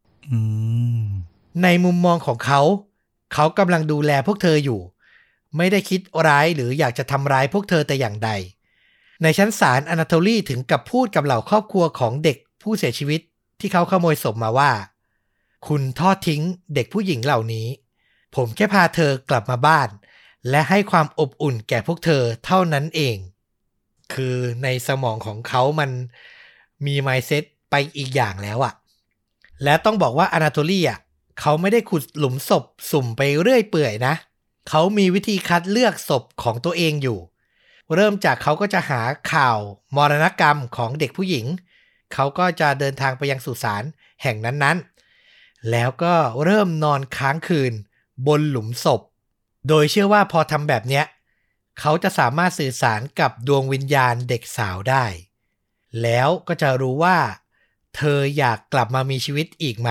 ในมุมมองของเขาเขากำลังดูแลพวกเธออยู่ไม่ได้คิดร้ายหรืออยากจะทำร้ายพวกเธอแต่อย่างใดในชั้นศาลอนาโทลีถึงกับพูดกับเหล่าครอบครัวของเด็กผู้เสียชีวิตที่เขาขโมยศพมาว่าคุณทอดทิ้งเด็กผู้หญิงเหล่านี้ผมแค่พาเธอกลับมาบ้านและให้ความอบอุ่นแก่พวกเธอเท่านั้นเองคือในสมองของเขามันมี mindset ไปอีกอย่างแล้วอะและต้องบอกว่าอนาโทลีอ่ะเขาไม่ได้ขุดหลุมศพสุ่มไปเรื่อยเปื่อยนะเขามีวิธีคัดเลือกศพของตัวเองอยู่เริ่มจากเขาก็จะหาข่าวมรณกรรมของเด็กผู้หญิงเขาก็จะเดินทางไปยังสุสานแห่งนั้นๆแล้วก็เริ่มนอนค้างคืนบนหลุมศพโดยเชื่อว่าพอทำแบบเนี้ยเขาจะสามารถสื่อสารกับดวงวิญญาณเด็กสาวได้แล้วก็จะรู้ว่าเธออยากกลับมามีชีวิตอีกไหม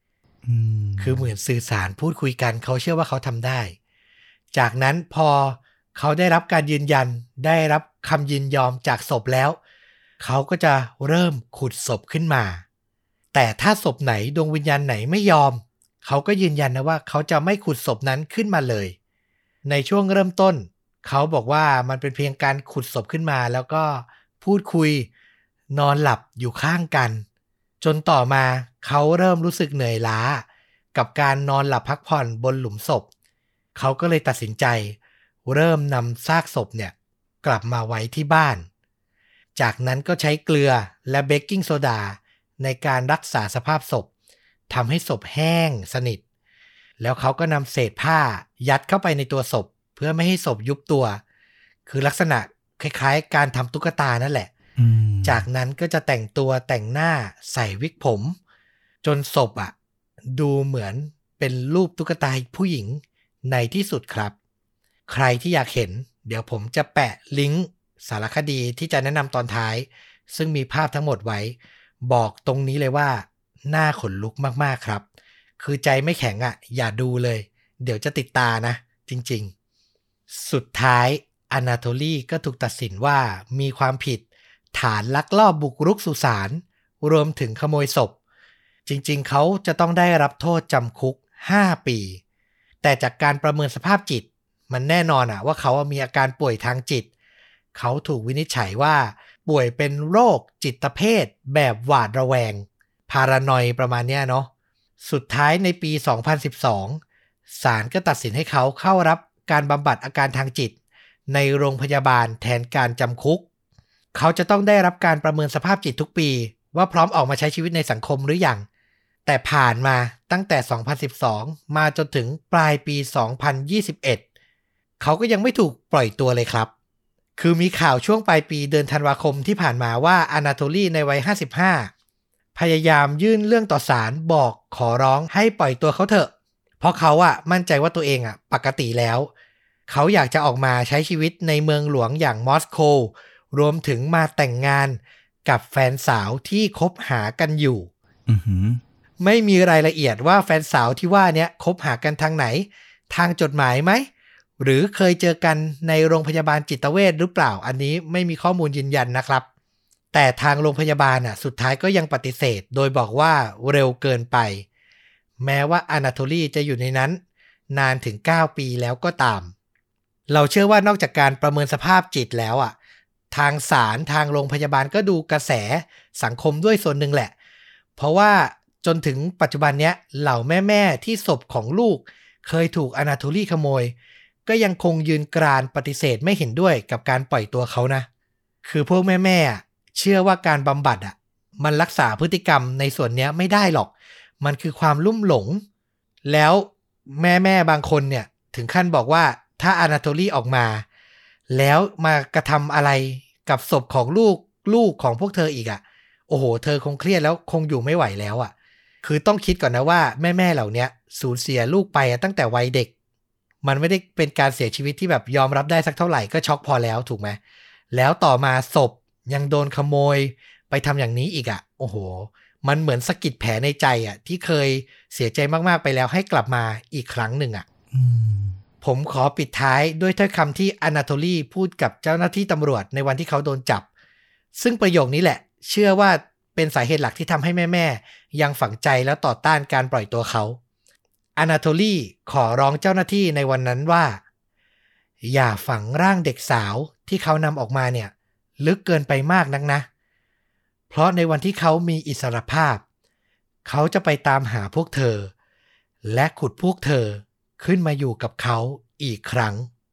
hmm. คือเหมือนสื่อสารพูดคุยกันเขาเชื่อว่าเขาทำได้จากนั้นพอเขาได้รับการยืนยันได้รับคำยินยอมจากศพแล้วเขาก็จะเริ่มขุดศพขึ้นมาแต่ถ้าศพไหนดวงวิญญาณไหนไม่ยอมเขาก็ยืนยันนะว่าเขาจะไม่ขุดศพนั้นขึ้นมาเลยในช่วงเริ่มต้นเขาบอกว่ามันเป็นเพียงการขุดศพขึ้นมาแล้วก็พูดคุยนอนหลับอยู่ข้างกันจนต่อมาเขาเริ่มรู้สึกเหนื่อยล้ากับการนอนหลับพักผ่อนบนหลุมศพเขาก็เลยตัดสินใจเริ่มนำซากศพเนี่ยกลับมาไว้ที่บ้านจากนั้นก็ใช้เกลือและเบกกิ้งโซดาในการรักษาสภาพศพทำให้ศพแห้งสนิทแล้วเขาก็นำเศษผ้ายัดเข้าไปในตัวศพเพื่อไม่ให้ศพยุบตัวคือลักษณะคล้ายๆการทำตุ๊กตานั่นแหละจากนั้นก็จะแต่งตัวแต่งหน้าใส่วิกผมจนศพอ่ะดูเหมือนเป็นรูปตุ๊กตาผู้หญิงในที่สุดครับใครที่อยากเห็นเดี๋ยวผมจะแปะลิงก์สารคดีที่จะแนะนำตอนท้ายซึ่งมีภาพทั้งหมดไว้บอกตรงนี้เลยว่าน่าขนลุกมากๆครับคือใจไม่แข็งอ่ะอย่าดูเลยเดี๋ยวจะติดตานะจริงๆสุดท้ายอนาโทลีก็ถูกตัดสินว่ามีความผิดฐานลักลอบบุกรุกสุสานรวมถึงขโมยศพจริงๆเขาจะต้องได้รับโทษจำคุกห้าปีแต่จากการประเมินสภาพจิตมันแน่นอนอะว่าเขามีอาการป่วยทางจิตเขาถูกวินิจฉัยว่าป่วยเป็นโรคจิตเภทแบบหวาดระแวงพารานอยด์ประมาณเนี้ยเนาะสุดท้ายในปีสองพันสิบสองศาลก็ตัดสินให้เขาเข้ารับการบำบัดอาการทางจิตในโรงพยาบาลแทนการจำคุกเขาจะต้องได้รับการประเมินสภาพจิตทุกปีว่าพร้อมออกมาใช้ชีวิตในสังคมหรือยังแต่ผ่านมาตั้งแต่สองพันสิบสองมาจนถึงปลายปีสองพันยี่สิบเอ็ดเขาก็ยังไม่ถูกปล่อยตัวเลยครับคือมีข่าวช่วงปลายปีเดือนธันวาคมที่ผ่านมาว่าอนาโทลีในวัยห้าสิบห้าพยายามยื่นเรื่องต่อศาลบอกขอร้องให้ปล่อยตัวเขาเถอะเพราะเขาอะมั่นใจว่าตัวเองอะปกติแล้วเขาอยากจะออกมาใช้ชีวิตในเมืองหลวงอย่างมอสโกรวมถึงมาแต่งงานกับแฟนสาวที่คบหากันอยู่อือหือไม่มีรายละเอียดว่าแฟนสาวที่ว่าเนี้ยคบหากันทางไหนทางจดหมายไหมหรือเคยเจอกันในโรงพยาบาลจิตเวชหรือเปล่าอันนี้ไม่มีข้อมูลยืนยันนะครับแต่ทางโรงพยาบาลน่ะสุดท้ายก็ยังปฏิเสธโดยบอกว่าเร็วเกินไปแม้ว่าอนาโทลีจะอยู่ในนั้นนานถึงเก้าปีแล้วก็ตามเราเชื่อว่านอกจากการประเมินสภาพจิตแล้วอ่ะทางศาลทางโรงพยาบาลก็ดูกระแสสังคมด้วยส่วนหนึ่งแหละเพราะว่าจนถึงปัจจุบันเนี้ยเหล่าแม่ๆที่ศพของลูกเคยถูกอนาโทลีขโมยก็ยังคงยืนกรานปฏิเสธไม่เห็นด้วยกับการปล่อยตัวเขานะคือพวกแม่ๆเชื่อว่าการบำบัดอ่ะมันรักษาพฤติกรรมในส่วนเนี้ยไม่ได้หรอกมันคือความลุ่มหลงแล้วแม่ๆบางคนเนี่ยถึงขั้นบอกว่าถ้าอนาโทลีออกมาแล้วมากระทำอะไรกับศพของลูกลูกของพวกเธออีกอ่ะโอ้โหเธอคงเครียดแล้วคงอยู่ไม่ไหวแล้วอ่ะคือต้องคิดก่อนนะว่าแม่ๆเหล่านี้สูญเสียลูกไปตั้งแต่วัยเด็กมันไม่ได้เป็นการเสียชีวิตที่แบบยอมรับได้สักเท่าไหร่ก็ช็อกพอแล้วถูกไหมแล้วต่อมาศพยังโดนขโมยไปทำอย่างนี้อีกอ่ะโอ้โหมันเหมือนสะกิดแผลในใจอ่ะที่เคยเสียใจมากๆไปแล้วให้กลับมาอีกครั้งหนึ่งอ่ะผมขอปิดท้ายด้วยถ้อยคำที่อนาโทลีพูดกับเจ้าหน้าที่ตำรวจในวันที่เขาโดนจับซึ่งประโยคนี้แหละเชื่อว่าเป็นสาเหตุหลักที่ทำให้แม่ๆยังฝังใจแล้วต่อต้านการปล่อยตัวเขาอนาโทลีขอร้องเจ้าหน้าที่ในวันนั้นว่าอย่าฝังร่างเด็กสาวที่เขานำออกมาเนี่ยลึกเกินไปมากนักนะเพราะในวันที่เขามีอิสรภาพเขาจะไปตามหาพวกเธอและขุดพวกเธอขึ้นมาอยู่กับเขาอีกครั้ง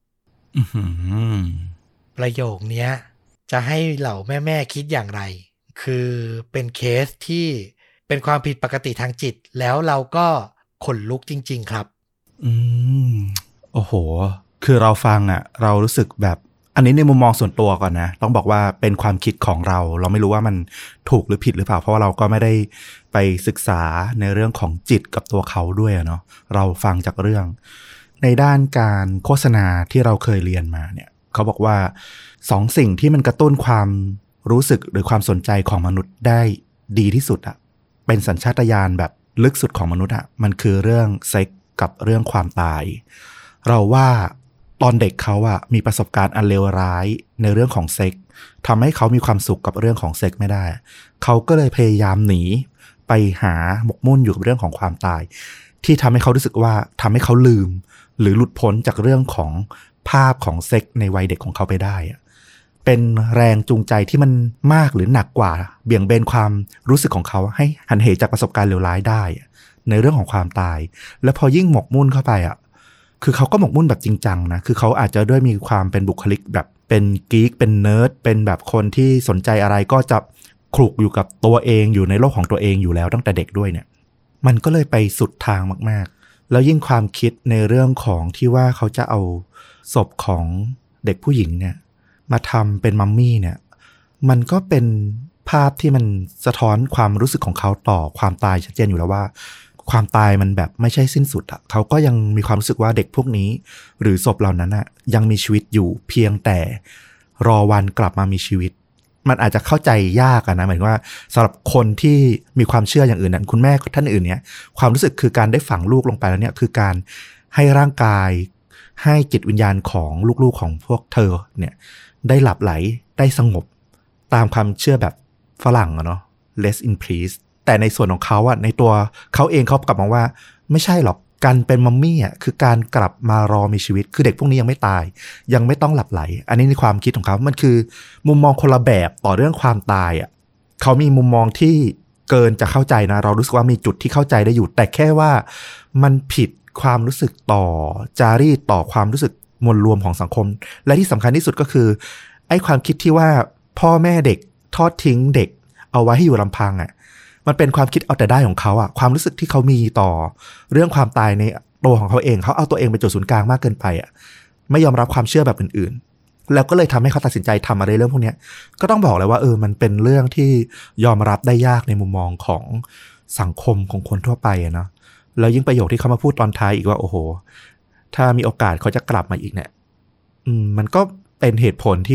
ประโยคนี้จะให้เหล่าแม่ๆคิดอย่างไรคือเป็นเคสที่เป็นความผิดปกติทางจิตแล้วเราก็ขนลุกจริงๆครับอืมโอ้โหคือเราฟังอ่ะเรารู้สึกแบบอันนี้ในมุมมองส่วนตัวก่อนนะต้องบอกว่าเป็นความคิดของเราเราไม่รู้ว่ามันถูกหรือผิดหรือเปล่าเพราะว่าเราก็ไม่ได้ไปศึกษาในเรื่องของจิตกับตัวเขาด้วยเนาะเราฟังจากเรื่องในด้านการโฆษณาที่เราเคยเรียนมาเนี่ยเขาบอกว่าสองสิ่งที่มันกระตุ้นความรู้สึกหรือความสนใจของมนุษย์ได้ดีที่สุดอะเป็นสัญชาตญาณแบบลึกสุดของมนุษย์อะมันคือเรื่องเซ็กกับเรื่องความตายเราว่าตอนเด็กเขาอะมีประสบการณ์อันเลวร้ายในเรื่องของเซ็กทำให้เขามีความสุขกับเรื่องของเซ็กไม่ได้เขาก็เลยพยายามหนีไปหาหมกมุ่นอยู่กับเรื่องของความตายที่ทำให้เขารู้สึกว่าทำให้เขาลืมหรือหลุดพ้นจากเรื่องของภาพของเซ็กในวัยเด็กของเขาไปได้เป็นแรงจูงใจที่มันมากหรือหนักกว่าเบี่ยงเบนความรู้สึกของเขาให้หันเหจากประสบการณ์เลวร้ายได้ในเรื่องของความตายแล้วพอยิ่งหมกมุ่นเข้าไปอ่ะคือเขาก็หมกมุ่นแบบจริงจังนะคือเขาอาจจะด้วยมีความเป็นบุคลิกแบบเป็นกี๊กเป็นเนิร์ดเป็นแบบคนที่สนใจอะไรก็จะคลุกอยู่กับตัวเองอยู่ในโลกของตัวเองอยู่แล้วตั้งแต่เด็กด้วยเนี่ยมันก็เลยไปสุดทางมากๆแล้วยิ่งความคิดในเรื่องของที่ว่าเขาจะเอาศพของเด็กผู้หญิงเนี่ยมาทำเป็นมัมมี่เนี่ยมันก็เป็นภาพที่มันสะท้อนความรู้สึกของเขาต่อความตายชัดเจนอยู่แล้วว่าความตายมันแบบไม่ใช่สิ้นสุดอ่ะเขาก็ยังมีความรู้สึกว่าเด็กพวกนี้หรือศพเหล่านั้นอ่ะยังมีชีวิตอยู่เพียงแต่รอวันกลับมามีชีวิตมันอาจจะเข้าใจยากอะนะหมายถึงว่าสำหรับคนที่มีความเชื่ออย่างอื่นนั้นคุณแม่ท่านอื่นเนี่ยความรู้สึกคือการได้ฝังลูกลงไปแล้วเนี่ยคือการให้ร่างกายให้จิตวิญญาณของลูกๆของพวกเธอเนี่ยได้หลับไหลได้สงบตามความเชื่อแบบฝรั่งอะเนาะ rest in peace แต่ในส่วนของเขาอะในตัวเขาเองเขากลับมาว่าไม่ใช่หรอกการเป็นมัมมี่อะคือการกลับมารอมีชีวิตคือเด็กพวกนี้ยังไม่ตายยังไม่ต้องหลับไหลอันนี้ในความคิดของเขามันคือมุมมองคนละแบบต่อเรื่องความตายอะเขามีมุมมองที่เกินจะเข้าใจนะเรารู้สึกว่ามีจุดที่เข้าใจได้อยู่แต่แค่ว่ามันผิดความรู้สึกต่อจารีตต่อความรู้สึกมวลรวมของสังคมและที่สำคัญที่สุดก็คือไอ้ความคิดที่ว่าพ่อแม่เด็กทอดทิ้งเด็กเอาไว้ให้อยู่ลำพังอ่ะมันเป็นความคิดเอาแต่ได้ของเขาอ่ะความรู้สึกที่เขามีต่อเรื่องความตายในตัวของเขาเองเขาเอาตัวเองเป็นจุดศูนย์กลางมากเกินไปอ่ะไม่ยอมรับความเชื่อแบบอื่นๆแล้วก็เลยทำให้เขาตัดสินใจทำอะไรเรื่องพวกนี้ก็ต้องบอกเลยว่าเออมันเป็นเรื่องที่ยอมรับได้ยากในมุมมองของสังคมของคนทั่วไปอ่ะเนาะแล้วยิ่งประโยคที่เขามาพูดตอนท้ายอีกว่าโอ้โหถ้ามีโอกาสเขาจะกลับมาอีกเนี่ยอืมมันก็เป็นเหตุผลที่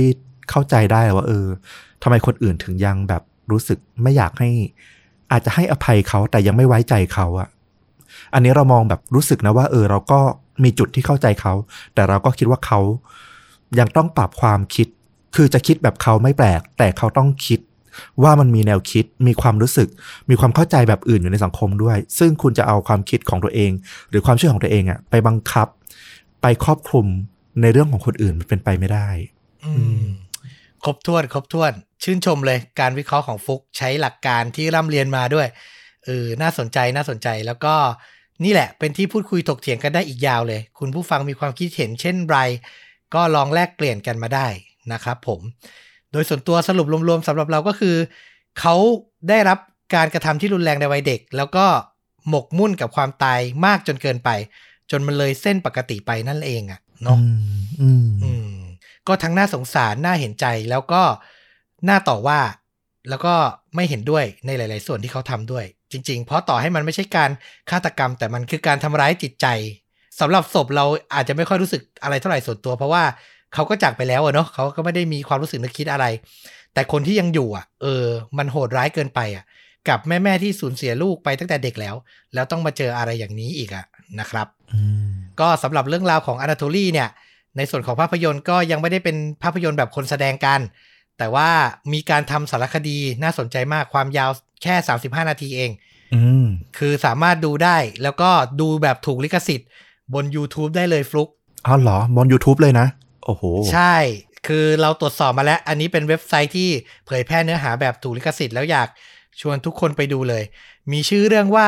เข้าใจได้ว่าเออทำไมคนอื่นถึงยังแบบรู้สึกไม่อยากให้อาจจะให้อภัยเขาแต่ยังไม่ไว้ใจเขาอะอันนี้เรามองแบบรู้สึกนะว่าเออเราก็มีจุดที่เข้าใจเขาแต่เราก็คิดว่าเขายังต้องปรับความคิดคือจะคิดแบบเขาไม่แปลกแต่เขาต้องคิดว่ามันมีแนวคิดมีความรู้สึกมีความเข้าใจแบบอื่นอยู่ในสังคมด้วยซึ่งคุณจะเอาความคิดของตัวเองหรือความเชื่อของตัวเองอะไปบังคับไปครอบคลุมในเรื่องของคนอื่นมันเป็นไปไม่ได้อืมครบถ้วนครบถ้วนชื่นชมเลยการวิเคราะห์ของฟุกใช้หลักการที่ร่ำเรียนมาด้วยเออน่าสนใจน่าสนใจแล้วก็นี่แหละเป็นที่พูดคุยถกเถียงกันได้อีกยาวเลยคุณผู้ฟังมีความคิดเห็นเช่นไรก็ลองแลกเปลี่ยนกันมาได้นะครับผมโดยส่วนตัวสรุปรวมๆสำหรับเราก็คือเขาได้รับการกระทำที่รุนแรงในวัยเด็กแล้วก็หมกมุ่นกับความตายมากจนเกินไปจนมันเลยเส้นปกติไปนั่นเองอะเนาะอืมอืมก็ทั้งน่าสงสารน่าเห็นใจแล้วก็น่าต่อว่าแล้วก็ไม่เห็นด้วยในหลายๆส่วนที่เขาทำด้วยจริงๆเพราะต่อให้มันไม่ใช่การฆาตกรรมแต่มันคือการทำร้ายจิตใจสำหรับศพเราอาจจะไม่ค่อยรู้สึกอะไรเท่าไหร่ส่วนตัวเพราะว่าเขาก็จากไปแล้วอะเนาะเขาก็ไม่ได้มีความรู้สึกนึกคิดอะไรแต่คนที่ยังอยู่อ่ะเออมันโหดร้ายเกินไปอ่ะกับแม่ๆที่สูญเสียลูกไปตั้งแต่เด็กแล้วแล้วต้องมาเจออะไรอย่างนี้อีกอ่ะนะครับก็สำหรับเรื่องราวของอนาโทลีเนี่ยในส่วนของภาพยนตร์ก็ยังไม่ได้เป็นภาพยนตร์แบบคนแสดงกันแต่ว่ามีการทำสารคดีน่าสนใจมากความยาวแค่สามสิบห้านาทีเองอืมคือสามารถดูได้แล้วก็ดูแบบถูกลิขสิทธิ์บน YouTube ได้เลยฟลุกอ้าวเหรอบน YouTube เลยนะโอ้โหใช่คือเราตรวจสอบมาแล้วอันนี้เป็นเว็บไซต์ที่เผยแพร่เนื้อหาแบบถูกลิขสิทธิ์แล้วอยากชวนทุกคนไปดูเลยมีชื่อเรื่องว่า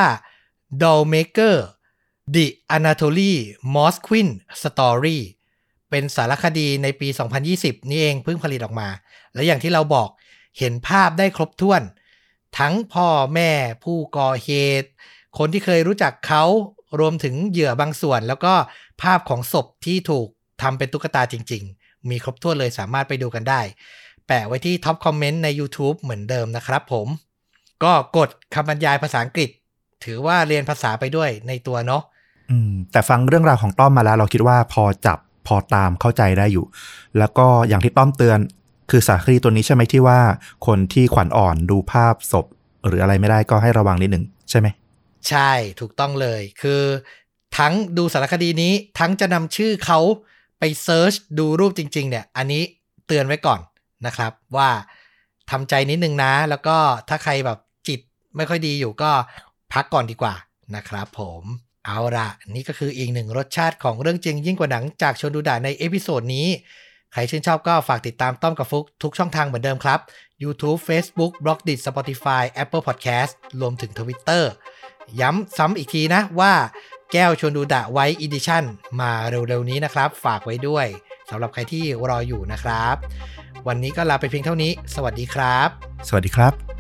Dollmaker The Anatoly Moskvin Story เป็นสารคดีในปีสองพันยี่สิบนี่เองเพิ่งผลิตออกมาและอย่างที่เราบอกเห็นภาพได้ครบถ้วนทั้งพ่อแม่ผู้ก่อเหตุคนที่เคยรู้จักเขารวมถึงเหยื่อบางส่วนแล้วก็ภาพของศพที่ถูกทำเป็นตุ๊กตาจริงๆมีครบถ้วนเลยสามารถไปดูกันได้แปะไว้ที่ท็อปคอมเมนต์ใน YouTube เหมือนเดิมนะครับผมก็กดคำบรรยายภาษาอังกฤษถือว่าเรียนภาษาไปด้วยในตัวเนาะอืมแต่ฟังเรื่องราวของต้อมมาแล้วเราคิดว่าพอจับพอตามเข้าใจได้อยู่แล้วก็อย่างที่ต้อมเตือนคือสารคดีตัวนี้ใช่ไหมที่ว่าคนที่ขวัญอ่อนดูภาพศพหรืออะไรไม่ได้ก็ให้ระวังนิดหนึ่งใช่ไหมใช่ถูกต้องเลยคือทั้งดูสารคดีนี้ทั้งจะนำชื่อเขาไปเซิร์ชดูรูปจริงๆเนี่ยอันนี้เตือนไว้ก่อนนะครับว่าทำใจนิดนึงนะแล้วก็ถ้าใครแบบจิตไม่ค่อยดีอยู่ก็พักก่อนดีกว่านะครับผมเอาล่ะนี่ก็คืออีกหนึ่งรสชาติของเรื่องจริงยิ่งกว่าหนังจากชวนดูดะในเอพิโซดนี้ใครชื่นชอบก็ฝากติดตามต้อมกับฟุกทุกช่องทางเหมือนเดิมครับ YouTube Facebook Blogdit Spotify Apple Podcast รวมถึง Twitter ย้ำซ้ำอีกทีนะว่าแก้วชวนดูดะไว้อีดิชั่นมาเร็วๆนี้นะครับฝากไว้ด้วยสำหรับใครที่รออยู่นะครับวันนี้ก็ลาไปเพียงเท่านี้สวัสดีครับสวัสดีครับ